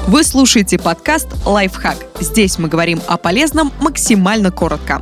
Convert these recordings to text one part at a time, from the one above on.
Вы слушаете подкаст «Лайфхак». Здесь мы говорим о полезном максимально коротко.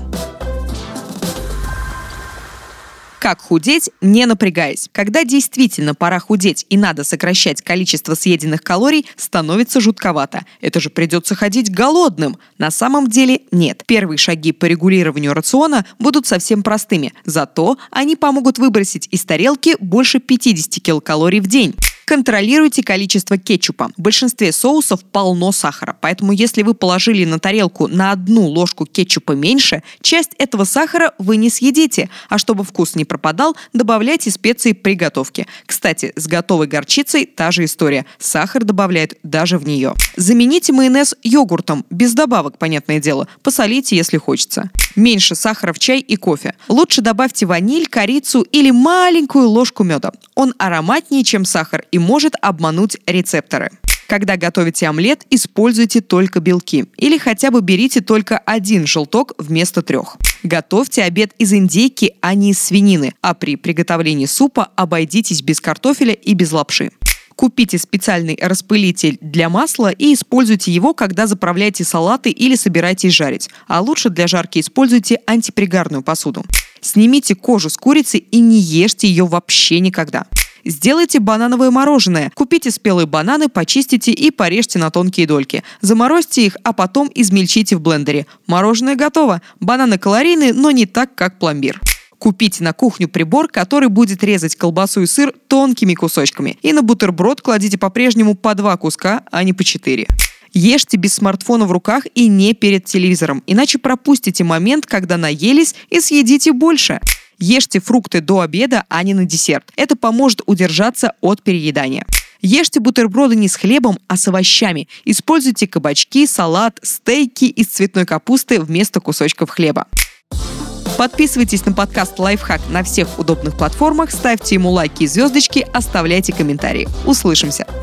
Как худеть, не напрягаясь? Когда действительно пора худеть и надо сокращать количество съеденных калорий, становится жутковато. Это же придется ходить голодным. На самом деле нет. Первые шаги по регулированию рациона будут совсем простыми. Зато они помогут выбросить из тарелки больше 50 килокалорий в день. Контролируйте количество кетчупа. В большинстве соусов полно сахара, поэтому если вы положили на тарелку на 1 ложку кетчупа меньше, часть этого сахара вы не съедите, а чтобы вкус не пропадал, добавляйте специи при готовке. Кстати, с готовой горчицей та же история. Сахар добавляют даже в нее. Замените майонез йогуртом, без добавок, понятное дело. Посолите, если хочется. Меньше сахара в чай и кофе. Лучше добавьте ваниль, корицу или маленькую ложку меда. Он ароматнее, чем сахар, и может обмануть рецепторы. Когда готовите омлет, используйте только белки. Или хотя бы берите только 1 желток вместо 3. Готовьте обед из индейки, а не из свинины. А при приготовлении супа обойдитесь без картофеля и без лапши. Купите специальный распылитель для масла и используйте его, когда заправляете салаты или собираетесь жарить. А лучше для жарки используйте антипригарную посуду. Снимите кожу с курицы и не ешьте ее вообще никогда. Сделайте банановое мороженое. Купите спелые бананы, почистите и порежьте на тонкие дольки. Заморозьте их, а потом измельчите в блендере. Мороженое готово. Бананы калорийные, но не так, как пломбир. Купите на кухню прибор, который будет резать колбасу и сыр тонкими кусочками. И на бутерброд кладите по-прежнему по 2 куска, а не по 4. Ешьте без смартфона в руках и не перед телевизором, иначе пропустите момент, когда наелись, и съедите больше. Ешьте фрукты до обеда, а не на десерт. Это поможет удержаться от переедания. Ешьте бутерброды не с хлебом, а с овощами. Используйте кабачки, салат, стейки из цветной капусты вместо кусочков хлеба. Подписывайтесь на подкаст «Лайфхак» на всех удобных платформах, ставьте ему лайки и звездочки, оставляйте комментарии. Услышимся!